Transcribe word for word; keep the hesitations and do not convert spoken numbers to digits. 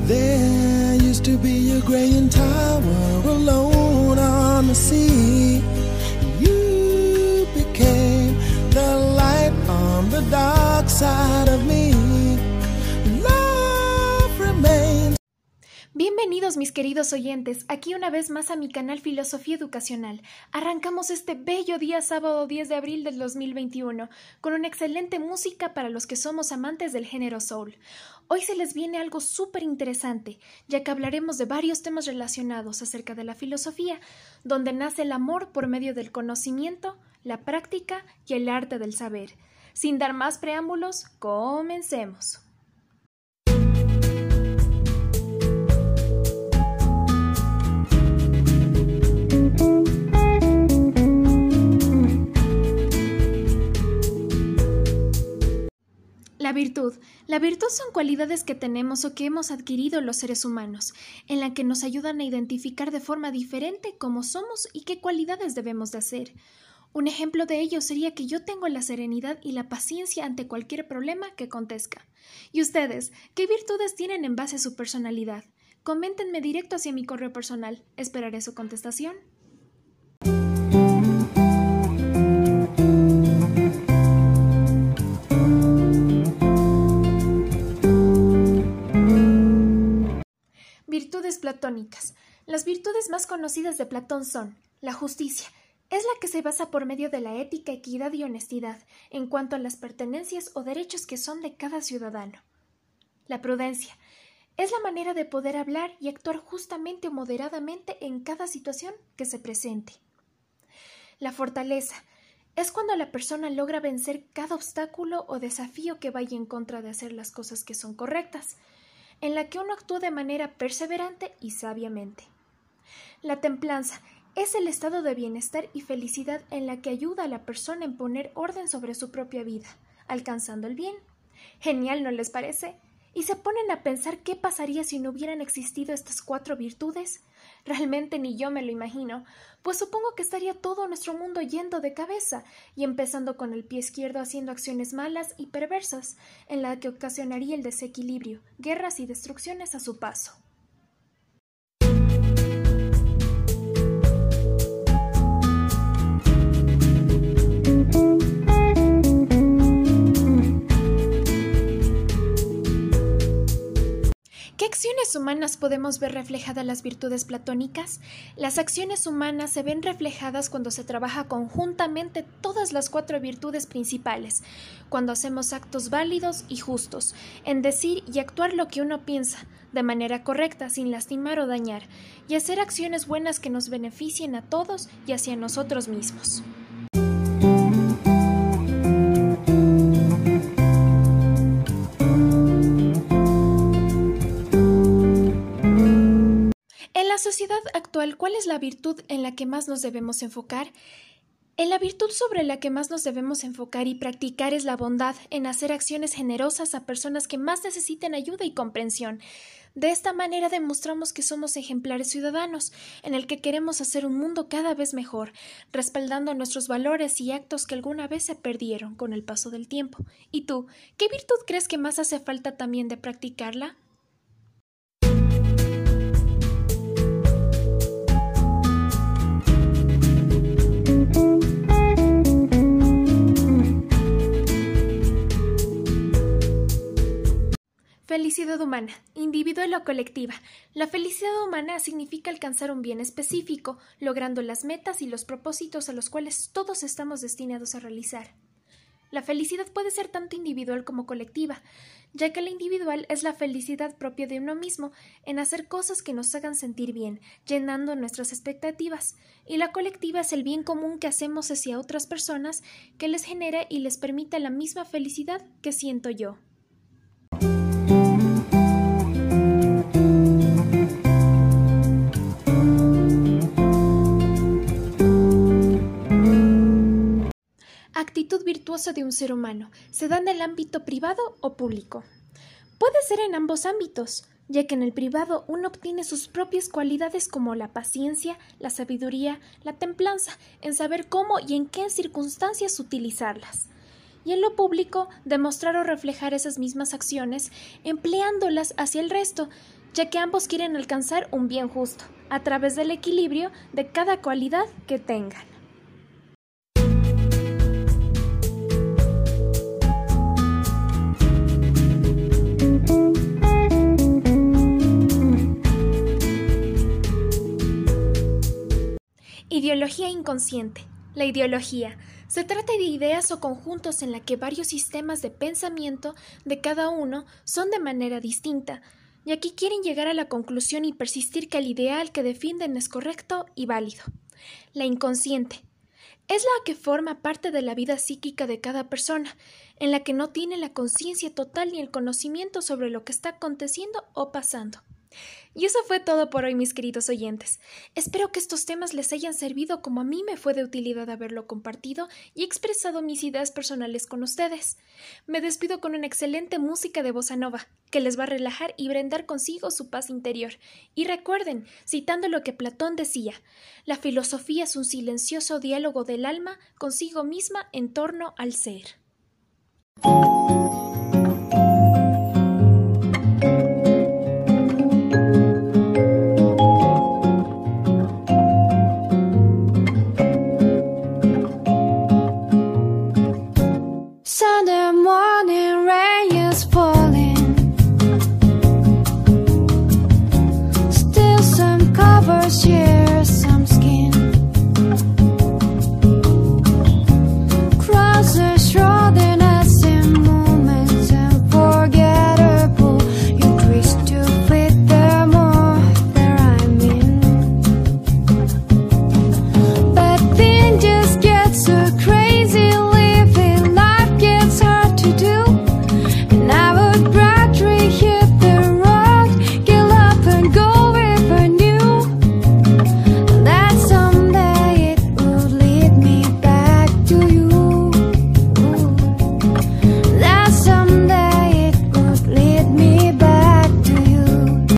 There used to be a graying tower alone on the sea. You became the light on the dark side of me. Love remains. Bienvenidos mis queridos oyentes, aquí una vez más a mi canal Filosofía Educacional. Arrancamos este bello día sábado diez de abril del dos mil veintiuno con una excelente música para los que somos amantes del género soul. Hoy se les viene algo súper interesante, ya que hablaremos de varios temas relacionados acerca de la filosofía, donde nace el amor por medio del conocimiento, la práctica y el arte del saber. Sin dar más preámbulos, comencemos. La virtud. La virtud son cualidades que tenemos o que hemos adquirido los seres humanos, en la que nos ayudan a identificar de forma diferente cómo somos y qué cualidades debemos de hacer. Un ejemplo de ello sería que yo tengo la serenidad y la paciencia ante cualquier problema que acontezca. ¿Y ustedes? ¿Qué virtudes tienen en base a su personalidad? Coméntenme directo hacia mi correo personal. Esperaré su contestación. Virtudes platónicas. Las virtudes más conocidas de Platón son la justicia. Es la que se basa por medio de la ética, equidad y honestidad en cuanto a las pertenencias o derechos que son de cada ciudadano. La prudencia. Es la manera de poder hablar y actuar justamente o moderadamente en cada situación que se presente. La fortaleza. Es cuando la persona logra vencer cada obstáculo o desafío que vaya en contra de hacer las cosas que son correctas, en la que uno actúa de manera perseverante y sabiamente. La templanza es el estado de bienestar y felicidad en la que ayuda a la persona en poner orden sobre su propia vida, alcanzando el bien. Genial, ¿no les parece? ¿Y se ponen a pensar qué pasaría si no hubieran existido estas cuatro virtudes? Realmente ni yo me lo imagino, pues supongo que estaría todo nuestro mundo yendo de cabeza y empezando con el pie izquierdo haciendo acciones malas y perversas, en la que ocasionaría el desequilibrio, guerras y destrucciones a su paso. ¿Qué acciones humanas podemos ver reflejadas las virtudes platónicas? Las acciones humanas se ven reflejadas cuando se trabaja conjuntamente todas las cuatro virtudes principales, cuando hacemos actos válidos y justos, en decir y actuar lo que uno piensa, de manera correcta, sin lastimar o dañar, y hacer acciones buenas que nos beneficien a todos y hacia nosotros mismos. En la sociedad actual, ¿cuál es la virtud en la que más nos debemos enfocar? En la virtud sobre la que más nos debemos enfocar y practicar es la bondad, en hacer acciones generosas a personas que más necesiten ayuda y comprensión. De esta manera demostramos que somos ejemplares ciudadanos, en el que queremos hacer un mundo cada vez mejor, respaldando nuestros valores y actos que alguna vez se perdieron con el paso del tiempo. ¿Y tú, qué virtud crees que más hace falta también de practicarla? Felicidad humana, individual o colectiva. La felicidad humana significa alcanzar un bien específico, logrando las metas y los propósitos a los cuales todos estamos destinados a realizar. La felicidad puede ser tanto individual como colectiva, ya que la individual es la felicidad propia de uno mismo en hacer cosas que nos hagan sentir bien, llenando nuestras expectativas, y la colectiva es el bien común que hacemos hacia otras personas que les genera y les permite la misma felicidad que siento yo. Actitud virtuosa de un ser humano se da en el ámbito privado o público. Puede ser en ambos ámbitos, ya que en el privado uno obtiene sus propias cualidades como la paciencia, la sabiduría, la templanza, en saber cómo y en qué circunstancias utilizarlas. y en lo público demostrar o reflejar esas mismas acciones empleándolas hacia el resto, ya que ambos quieren alcanzar un bien justo, a través del equilibrio de cada cualidad que tengan. Ideología inconsciente. La ideología se trata de ideas o conjuntos en la que varios sistemas de pensamiento de cada uno son de manera distinta, y aquí quieren llegar a la conclusión y persistir que el ideal que defienden es correcto y válido. La inconsciente es la que forma parte de la vida psíquica de cada persona, en la que no tiene la conciencia total ni el conocimiento sobre lo que está aconteciendo o pasando. Y eso fue todo por hoy, mis queridos oyentes. Espero que estos temas les hayan servido como a mí me fue de utilidad haberlo compartido y expresado mis ideas personales con ustedes. Me despido con una excelente música de bossa nova, que les va a relajar y brindar consigo su paz interior. Y recuerden, citando lo que Platón decía, la filosofía es un silencioso diálogo del alma consigo misma en torno al ser.